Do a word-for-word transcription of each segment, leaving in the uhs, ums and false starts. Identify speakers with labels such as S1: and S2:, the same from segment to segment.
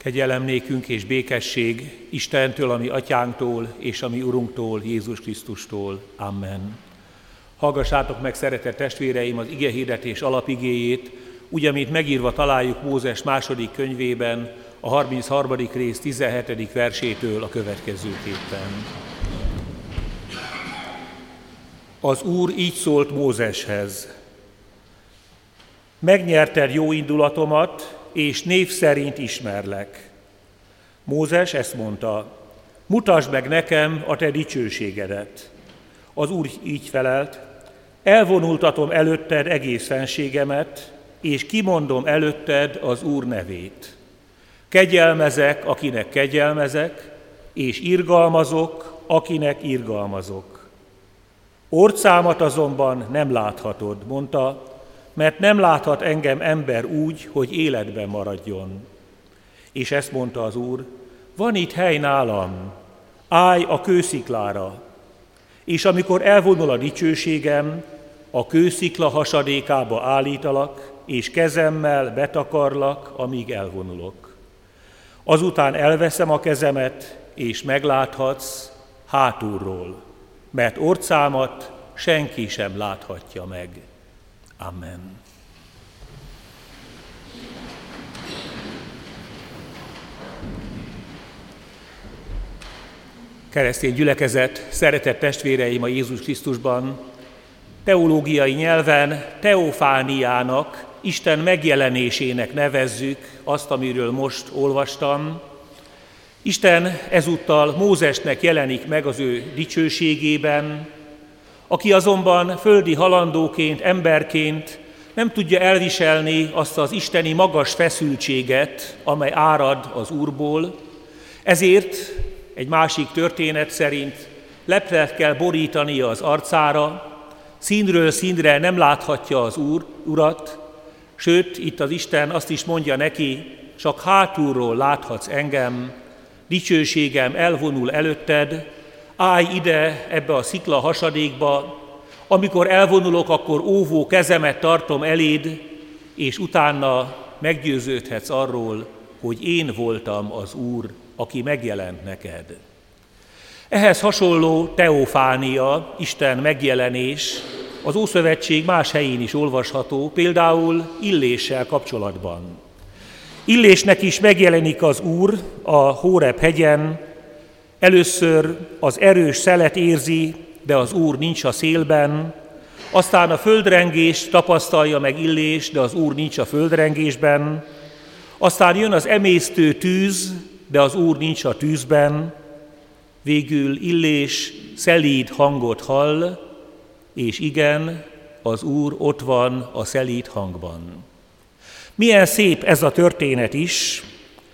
S1: Kegyelem nékünk és békesség Istentől, a mi atyánktól, és a mi Urunktól, Jézus Krisztustól. Amen. Hallgassátok meg, szeretett testvéreim, az igehirdetés alapigéjét, úgy, amit megírva találjuk Mózes második könyvében, a harmincharmadik rész tizenhetedik versétől a következőképpen. Az Úr így szólt Mózeshez: megnyerted jó indulatomat, és név szerint ismerlek. Mózes ezt mondta: mutasd meg nekem a te dicsőségedet. Az Úr így felelt: elvonultatom előtted egész fenségemet, és kimondom előtted az Úr nevét. Kegyelmezek, akinek kegyelmezek, és irgalmazok, akinek irgalmazok. Orcámat azonban nem láthatod, mondta, mert nem láthat engem ember úgy, hogy életben maradjon. És ezt mondta az Úr: van itt hely nálam, állj a kősziklára, és amikor elvonul a dicsőségem, a kőszikla hasadékába állítalak, és kezemmel betakarlak, amíg elvonulok. Azután elveszem a kezemet, és megláthatsz hátulról, mert orcámat senki sem láthatja meg. Amen. Keresztény gyülekezet, szeretett testvéreim a Jézus Krisztusban, teológiai nyelven teofániának, Isten megjelenésének nevezzük azt, amiről most olvastam. Isten ezúttal Mózesnek jelenik meg az ő dicsőségében, aki azonban földi halandóként, emberként nem tudja elviselni azt az isteni magas feszültséget, amely árad az Úrból, ezért egy másik történet szerint leplet kell borítania az arcára, színről színre nem láthatja az Úr, Urat, sőt, itt az Isten azt is mondja neki: csak hátulról láthatsz engem, dicsőségem elvonul előtted, állj ide ebbe a szikla hasadékba, amikor elvonulok, akkor óvó kezemet tartom eléd, és utána meggyőződhetsz arról, hogy én voltam az Úr, aki megjelent neked. Ehhez hasonló teofánia, Isten megjelenés az Ószövetség más helyén is olvasható, például Illéssel kapcsolatban. Illésnek is megjelenik az Úr a Hóreb hegyen. Először az erős szelet érzi, de az Úr nincs a szélben, aztán a földrengést tapasztalja meg Illés, de az Úr nincs a földrengésben, aztán jön az emésztő tűz, de az Úr nincs a tűzben, végül Illés szelíd hangot hall, és igen, az Úr ott van a szelíd hangban. Milyen szép ez a történet is.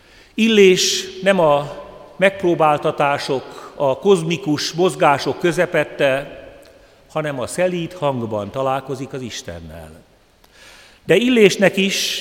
S1: Illés nem a megpróbáltatások, a kozmikus mozgások közepette, hanem a szelíd hangban találkozik az Istennel. De Illésnek is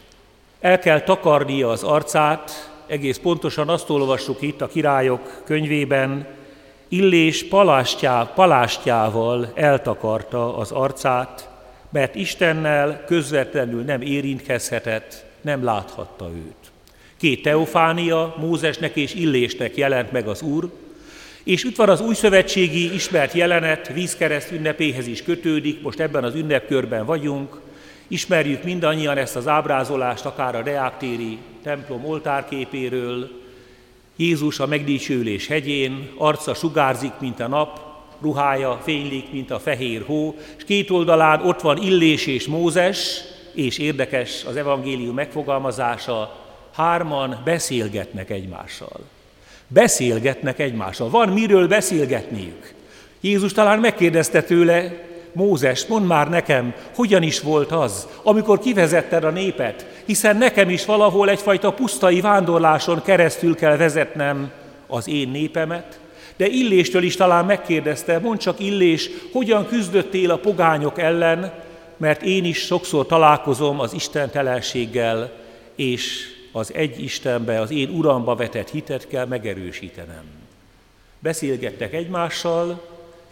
S1: el kell takarnia az arcát, egész pontosan azt olvassuk itt a Királyok könyvében: Illés palástjá, palástjával eltakarta az arcát, mert Istennel közvetlenül nem érintkezhetett, nem láthatta őt. Két teofánia, Mózesnek és Illésnek jelent meg az Úr, és itt van az újszövetségi ismert jelenet, vízkereszt ünnepéhez is kötődik, most ebben az ünnepkörben vagyunk, ismerjük mindannyian ezt az ábrázolást, akár a deáktéri templom oltárképéről. Jézus a megdicsőlés hegyén, arca sugárzik, mint a nap, ruhája fénylik, mint a fehér hó, és két oldalán ott van Illés és Mózes, és érdekes az evangélium megfogalmazása, hárman beszélgetnek egymással. Beszélgetnek egymással. Van miről beszélgetniük. Jézus talán megkérdezte tőle: Mózes, mondd már nekem, hogyan is volt az, amikor kivezetted a népet, hiszen nekem is valahol egyfajta pusztai vándorláson keresztül kell vezetnem az én népemet. De Illéstől is talán megkérdezte: mondd csak, Illés, hogyan küzdöttél a pogányok ellen, mert én is sokszor találkozom az istentelenséggel, és az egy Istenbe, az én Uramba vetett hitet kell megerősítenem. Beszélgettek egymással,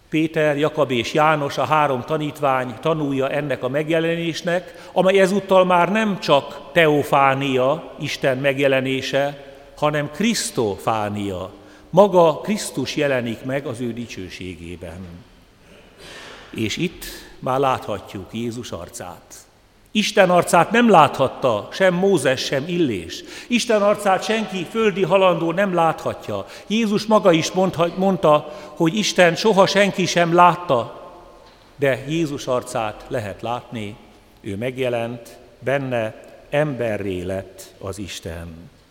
S1: Péter, Jakab és János, a három tanítvány tanulja ennek a megjelenésnek, amely ezúttal már nem csak teofánia, Isten megjelenése, hanem krisztofánia. Maga Krisztus jelenik meg az ő dicsőségében. És itt már láthatjuk Jézus arcát. Isten arcát nem láthatta sem Mózes, sem Illés. Isten arcát senki földi halandó nem láthatja. Jézus maga is mondta, hogy Isten soha senki sem látta, de Jézus arcát lehet látni, ő megjelent, benne emberré lett az Isten.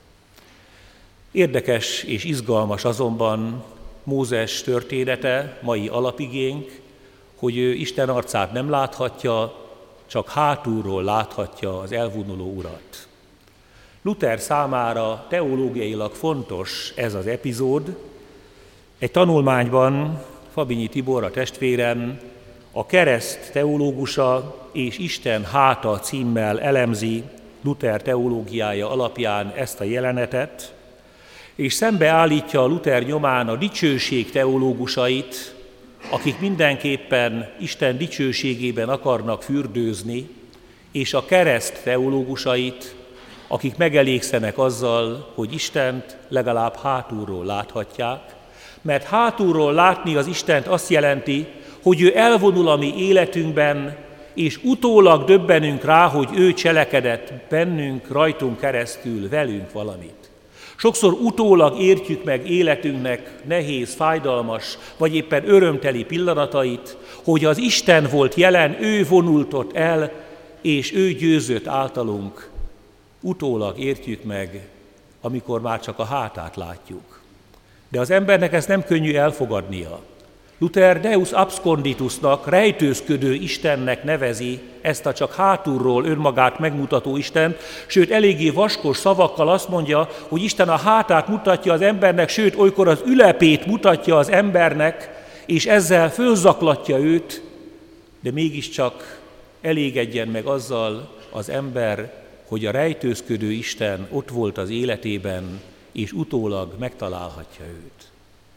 S1: Érdekes és izgalmas azonban Mózes története, mai alapigénk, hogy ő Isten arcát nem láthatja, csak hátulról láthatja az elvonuló urat. Luther számára teológiailag fontos ez az epizód. Egy tanulmányban Fabinyi Tibor, a testvérem, a kereszt teológusa és Isten háta címmel elemzi Luther teológiája alapján ezt a jelenetet, és szembeállítja a Luther nyomán a dicsőség teológusait, akik mindenképpen Isten dicsőségében akarnak fürdőzni, és a kereszt teológusait, akik megelégszenek azzal, hogy Istent legalább hátulról láthatják, mert hátulról látni az Istent azt jelenti, hogy ő elvonul a mi életünkben, és utólag döbbenünk rá, hogy ő cselekedett bennünk, rajtunk keresztül, velünk valamit. Sokszor utólag értjük meg életünknek nehéz, fájdalmas, vagy éppen örömteli pillanatait, hogy az Isten volt jelen, ő vonult ott el, és ő győzött általunk. Utólag értjük meg, amikor már csak a hátát látjuk. De az embernek ezt nem könnyű elfogadnia. Luther Deus absconditusnak, rejtőzködő Istennek nevezi ezt a csak hátulról önmagát megmutató Istent, sőt eléggé vaskos szavakkal azt mondja, hogy Isten a hátát mutatja az embernek, sőt olykor az ülepét mutatja az embernek, és ezzel fölzaklatja őt, de mégiscsak elégedjen meg azzal az ember, hogy a rejtőzködő Isten ott volt az életében, és utólag megtalálhatja őt.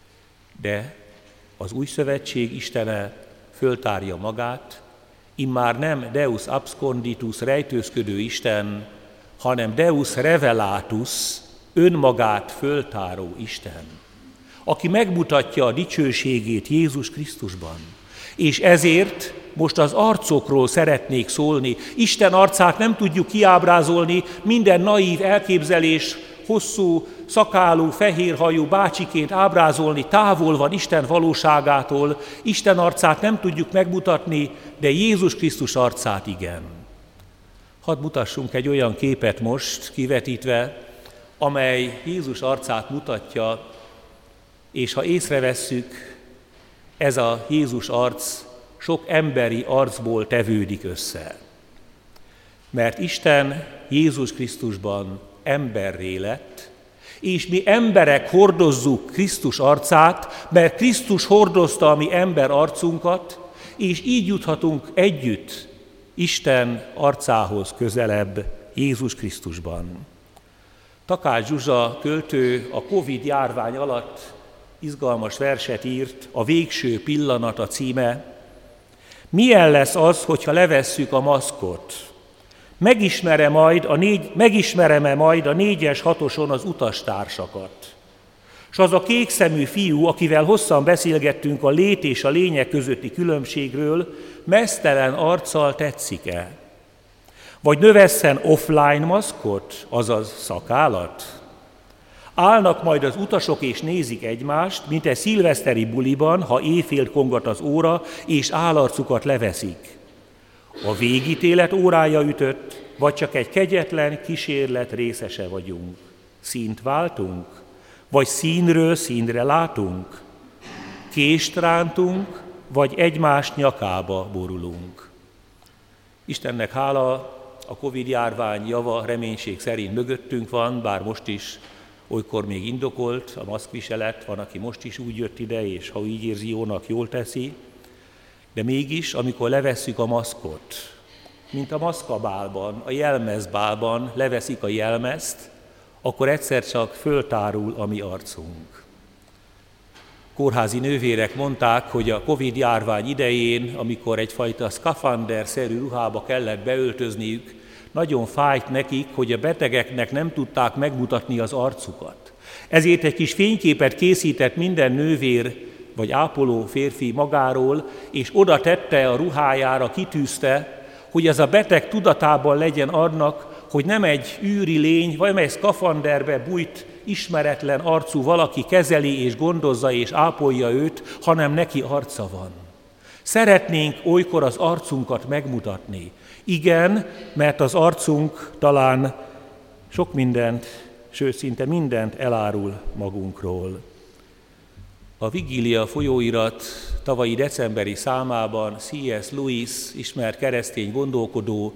S1: De az új szövetség Istene föltárja magát, immár nem Deus absconditus, rejtőzködő Isten, hanem Deus revelatus, önmagát föltáró Isten, aki megmutatja a dicsőségét Jézus Krisztusban. És ezért most az arcokról szeretnék szólni. Isten arcát nem tudjuk kiábrázolni, minden naív elképzelés, hosszú, szakálú, fehérhajú bácsiként ábrázolni, távol van Isten valóságától, Isten arcát nem tudjuk megmutatni, de Jézus Krisztus arcát igen. Hadd mutassunk egy olyan képet most kivetítve, amely Jézus arcát mutatja, és ha észrevesszük, ez a Jézus arc sok emberi arcból tevődik össze. Mert Isten Jézus Krisztusban emberré lett, és mi emberek hordozzuk Krisztus arcát, mert Krisztus hordozta a mi ember arcunkat, és így juthatunk együtt Isten arcához közelebb Jézus Krisztusban. Takács Zsuzsa költő a Covid járvány alatt izgalmas verset írt, a Végső pillanat a címe. Milyen lesz az, hogyha levesszük a maszkot? Megismerem majd a négy, megismerem-e majd a négyes hatoson az utastársakat? S az a kékszemű fiú, akivel hosszan beszélgettünk a lét és a lényeg közötti különbségről, meztelen arccal tetszik-e? Vagy növesszen offline maszkot, azaz szakállat? Állnak majd az utasok és nézik egymást, mint egy szilveszteri buliban, ha éjfél kongat az óra, és állarcukat leveszik. A végítélet órája ütött, vagy csak egy kegyetlen kísérlet részese vagyunk. Színt váltunk, vagy színről színre látunk? Kést rántunk, vagy egymás nyakába borulunk? Istennek hála, a Covid járvány java reménység szerint mögöttünk van, bár most is olykor még indokolt a maszkviselet, van, aki most is úgy jött ide, és ha így érzi jónak, jól teszi. De mégis, amikor levesszük a maszkot, mint a maszkabálban, a jelmezbálban leveszik a jelmezt, akkor egyszer csak föltárul a mi arcunk. kórházi nővérek mondták, hogy a Covid járvány idején, amikor egyfajta szkafander-szerű ruhába kellett beöltözniük, nagyon fájt nekik, hogy a betegeknek nem tudták megmutatni az arcukat. Ezért egy kis fényképet készített minden nővér vagy ápoló férfi magáról, és oda tette a ruhájára, kitűzte, hogy ez a beteg tudatában legyen annak, hogy nem egy űri lény, vagy nem egy szkafanderbe bújt ismeretlen arcú valaki kezeli és gondozza és ápolja őt, hanem neki arca van. Szeretnénk olykor az arcunkat megmutatni. Igen, mert az arcunk talán sok mindent, sőt szinte mindent elárul magunkról. A Vigília folyóirat tavalyi decemberi számában C S Lewis, ismert keresztény gondolkodó,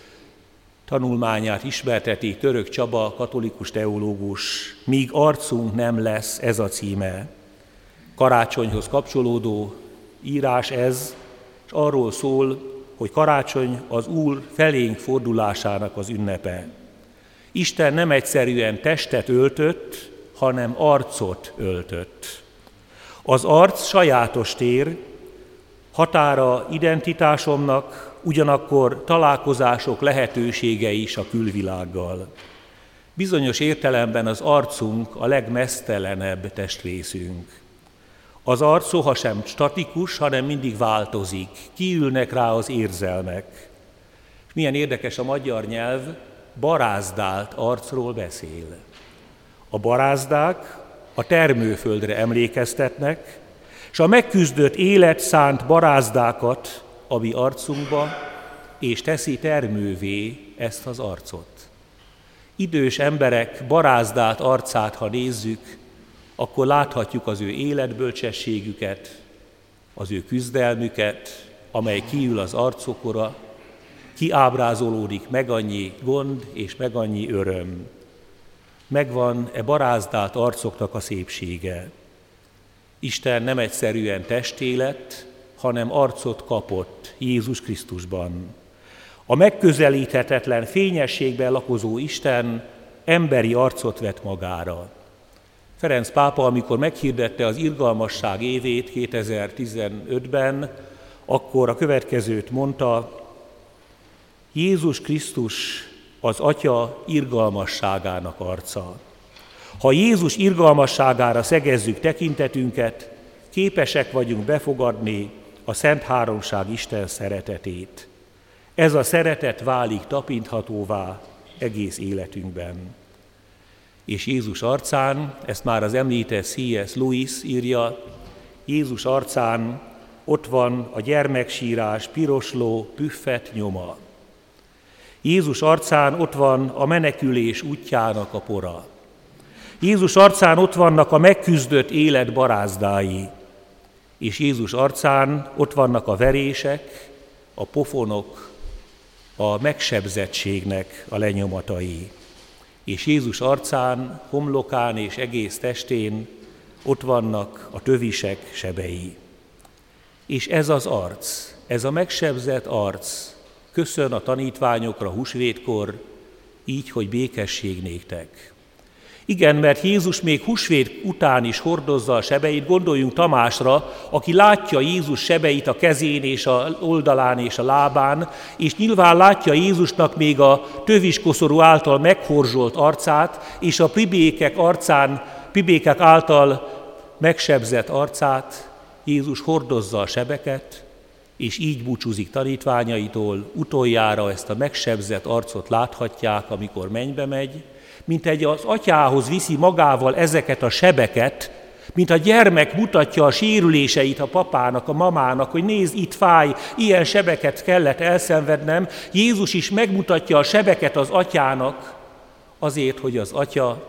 S1: tanulmányát ismerteti Török Csaba, katolikus teológus, Míg arcunk nem lesz, ez a címe. Karácsonyhoz kapcsolódó írás ez, és arról szól, hogy karácsony az Úr felénk fordulásának az ünnepe. Isten nem egyszerűen testet öltött, hanem arcot öltött. Az arc sajátos tér, határa identitásomnak, ugyanakkor találkozások lehetősége is a külvilággal. Bizonyos értelemben az arcunk a legmeztelenebb testrészünk. Az arc sohasem statikus, hanem mindig változik, kiülnek rá az érzelmek. És milyen érdekes, a magyar nyelv barázdált arcról beszél. A barázdák a termőföldre emlékeztetnek, és a megküzdött élet szánt barázdákat a mi arcunkba, és teszi termővé ezt az arcot. Idős emberek barázdált arcát, ha nézzük, akkor láthatjuk az ő életbölcsességüket, az ő küzdelmüket, amely kiül az arcokra, kiábrázolódik meg annyi gond és meg annyi öröm. Megvan e barázdált arcoknak a szépsége. Isten nem egyszerűen testé lett, hanem arcot kapott Jézus Krisztusban. A megközelíthetetlen fényességben lakozó Isten emberi arcot vett magára. Ferenc pápa, amikor meghirdette az irgalmasság évét kétezer-tizenötben, akkor a következőt mondta: Jézus Krisztus az Atya irgalmasságának arca. Ha Jézus irgalmasságára szegezzük tekintetünket, képesek vagyunk befogadni a Szent Háromság Isten szeretetét. Ez a szeretet válik tapinthatóvá egész életünkben. És Jézus arcán, ezt már az említett C S Lewis írja, Jézus arcán ott van a gyermeksírás pirosló, püffet nyoma. Jézus arcán ott van a menekülés útjának a pora. Jézus arcán ott vannak a megküzdött élet barázdái. És Jézus arcán ott vannak a verések, a pofonok, a megsebzettségnek a lenyomatai. És Jézus arcán, homlokán és egész testén ott vannak a tövisek sebei. És ez az arc, ez a megsebzett arc köszön a tanítványokra húsvétkor, így, hogy békesség néktek. Igen, mert Jézus még húsvét után is hordozza a sebeit, gondoljunk Tamásra, aki látja Jézus sebeit a kezén és a oldalán és a lábán, és nyilván látja Jézusnak még a töviskoszorú által meghorzsolt arcát, és a pibékek arcán, pibékek által megsebzett arcát. Jézus hordozza a sebeket, és így búcsúzik tanítványaitól, utoljára ezt a megsebzett arcot láthatják, amikor mennybe megy, mint egy az atyához viszi magával ezeket a sebeket, mint a gyermek mutatja a sérüléseit a papának, a mamának, hogy nézd, itt fáj, ilyen sebeket kellett elszenvednem. Jézus is megmutatja a sebeket az atyának, azért, hogy az atya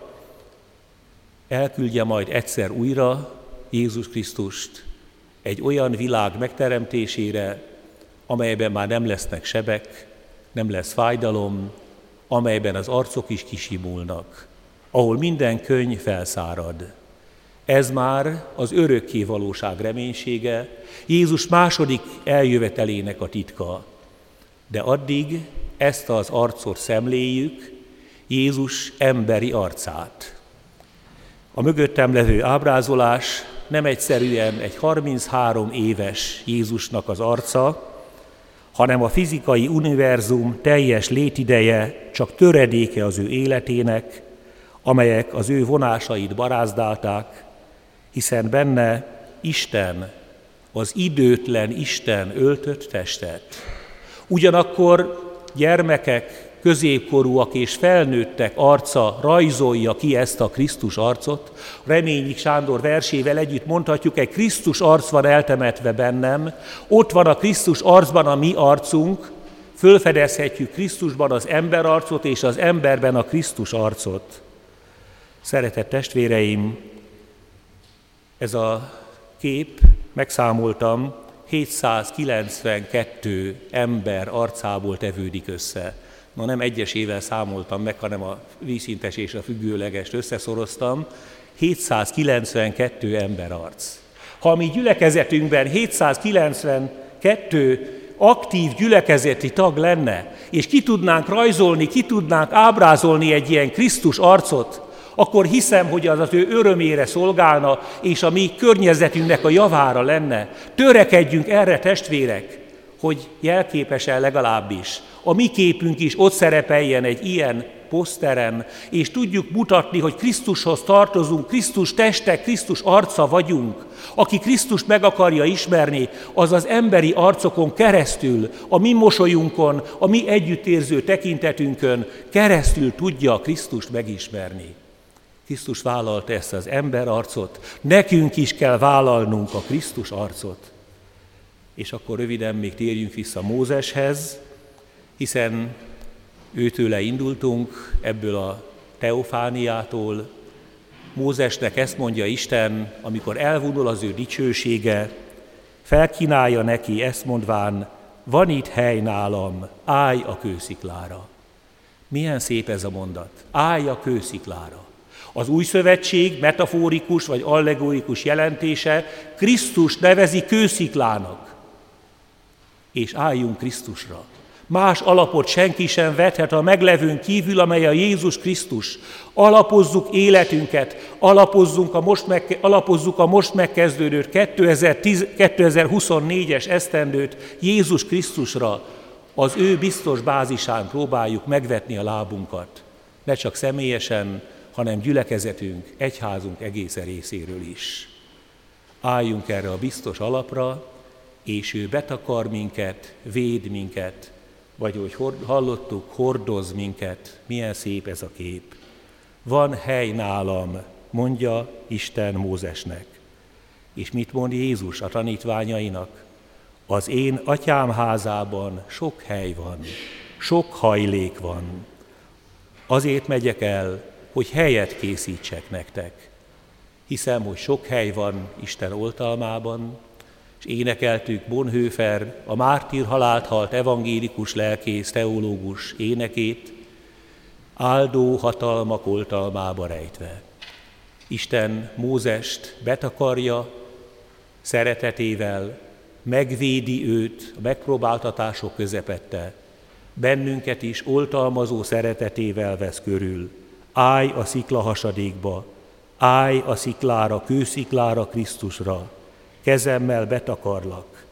S1: elküldje majd egyszer újra Jézus Krisztust egy olyan világ megteremtésére, amelyben már nem lesznek sebek, nem lesz fájdalom, amelyben az arcok is kisimulnak, ahol minden könny felszárad. Ez már az örökké valóság reménysége, Jézus második eljövetelének a titka. De addig ezt az arcot szemléljük, Jézus emberi arcát. A mögöttem levő ábrázolás nem egyszerűen egy harminchárom éves Jézusnak az arca, hanem a fizikai univerzum teljes létideje csak töredéke az ő életének, amelyek az ő vonásait barázdálták, hiszen benne Isten, az időtlen Isten öltött testet. Ugyanakkor gyermekek, középkorúak és felnőttek arca rajzolja ki ezt a Krisztus arcot. Reményik Sándor versével együtt mondhatjuk, egy Krisztus arc van eltemetve bennem, ott van a Krisztus arcban a mi arcunk, fölfedezhetjük Krisztusban az ember arcot és az emberben a Krisztus arcot. Szeretett testvéreim, ez a kép, megszámoltam, hétszázkilencvenkettő ember arcából tevődik össze. Na nem egyesével számoltam meg, hanem a vízszintes és a függőlegest összeszoroztam. hétszázkilencvenkettő ember arc. Ha a mi gyülekezetünkben hétszázkilencvenkettő aktív gyülekezeti tag lenne, és ki tudnánk rajzolni, ki tudnánk ábrázolni egy ilyen Krisztus arcot, akkor hiszem, hogy az az ő örömére szolgálna, és a mi környezetünknek a javára lenne. Törekedjünk erre, testvérek, hogy jelképesen legalábbis a mi képünk is ott szerepeljen egy ilyen poszteren, és tudjuk mutatni, hogy Krisztushoz tartozunk, Krisztus teste, Krisztus arca vagyunk. Aki Krisztust meg akarja ismerni, az az emberi arcokon keresztül, a mi mosolyunkon, a mi együttérző tekintetünkön keresztül tudja Krisztust megismerni. Krisztus vállalta ezt az ember arcot, nekünk is kell vállalnunk a Krisztus arcot. És akkor röviden még térjünk vissza Mózeshez, hiszen őtőle indultunk, ebből a teofániától. Mózesnek ezt mondja Isten, amikor elvonul az ő dicsősége, felkínálja neki ezt mondván, van itt hely nálam, állj a kősziklára. Milyen szép ez a mondat, állj a kősziklára. Az új szövetség metaforikus vagy allegorikus jelentése Krisztus nevezi kősziklának, és álljunk Krisztusra. Más alapot senki sem vethet a meglevőn kívül, amely a Jézus Krisztus. Alapozzuk életünket, alapozzunk a most meg, alapozzuk a most megkezdődő kétezer-huszonnégyes esztendőt Jézus Krisztusra. Az ő biztos bázisán próbáljuk megvetni a lábunkat. Ne csak személyesen, hanem gyülekezetünk, egyházunk egész részéről is. Álljunk erre a biztos alapra, és ő betakar minket, véd minket, vagy hogy hallottuk, hordoz minket. Milyen szép ez a kép. Van hely nálam, mondja Isten Mózesnek. És mit mond Jézus a tanítványainak? Az én atyám házában sok hely van, sok hajlék van. Azért megyek el, hogy helyet készítsek nektek. Hiszem, hogy sok hely van Isten oltalmában, és énekeltük Bonhoeffer, a mártír halált halt evangélikus lelkész, teológus énekét, áldó hatalmak oltalmába rejtve. Isten Mózest betakarja szeretetével, megvédi őt a megpróbáltatások közepette, bennünket is oltalmazó szeretetével vesz körül. Állj a sziklahasadékba, állj a sziklára, kősziklára, Krisztusra, kezemmel betakarlak,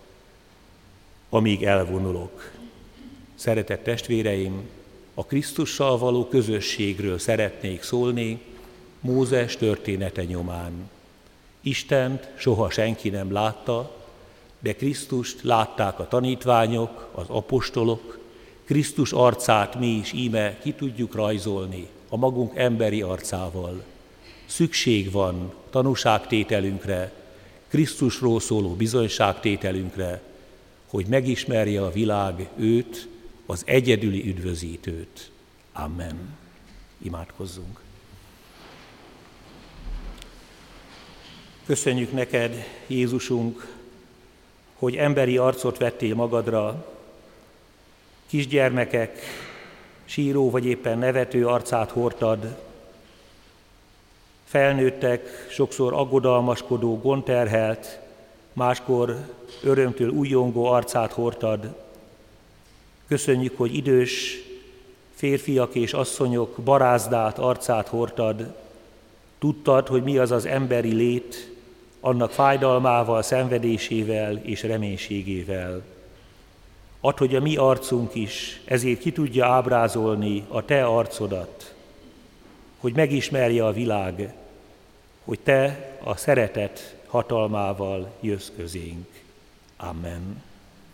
S1: amíg elvonulok. Szeretett testvéreim, a Krisztussal való közösségről szeretnék szólni Mózes története nyomán. Istent soha senki nem látta, de Krisztust látták a tanítványok, az apostolok, Krisztus arcát mi is íme ki tudjuk rajzolni a magunk emberi arcával. Szükség van tanúságtételünkre, Krisztusról szóló bizonyságtételünkre, hogy megismerje a világ őt, az egyedüli üdvözítőt. Amen. Imádkozzunk. Köszönjük neked, Jézusunk, hogy emberi arcot vettél magadra, kisgyermekek, síró vagy éppen nevető arcát hordtad, felnőttek, sokszor aggodalmaskodó, gondterhelt, máskor örömtől újjongó arcát hordtad. Köszönjük, hogy idős férfiak és asszonyok barázdált arcát hordtad. Tudtad, hogy mi az az emberi lét, annak fájdalmával, szenvedésével és reménységével. Add, hogy a mi arcunk is ezért ki tudja ábrázolni a te arcodat, hogy megismerje a világ, hogy te a szeretet hatalmával jössz közénk. Amen.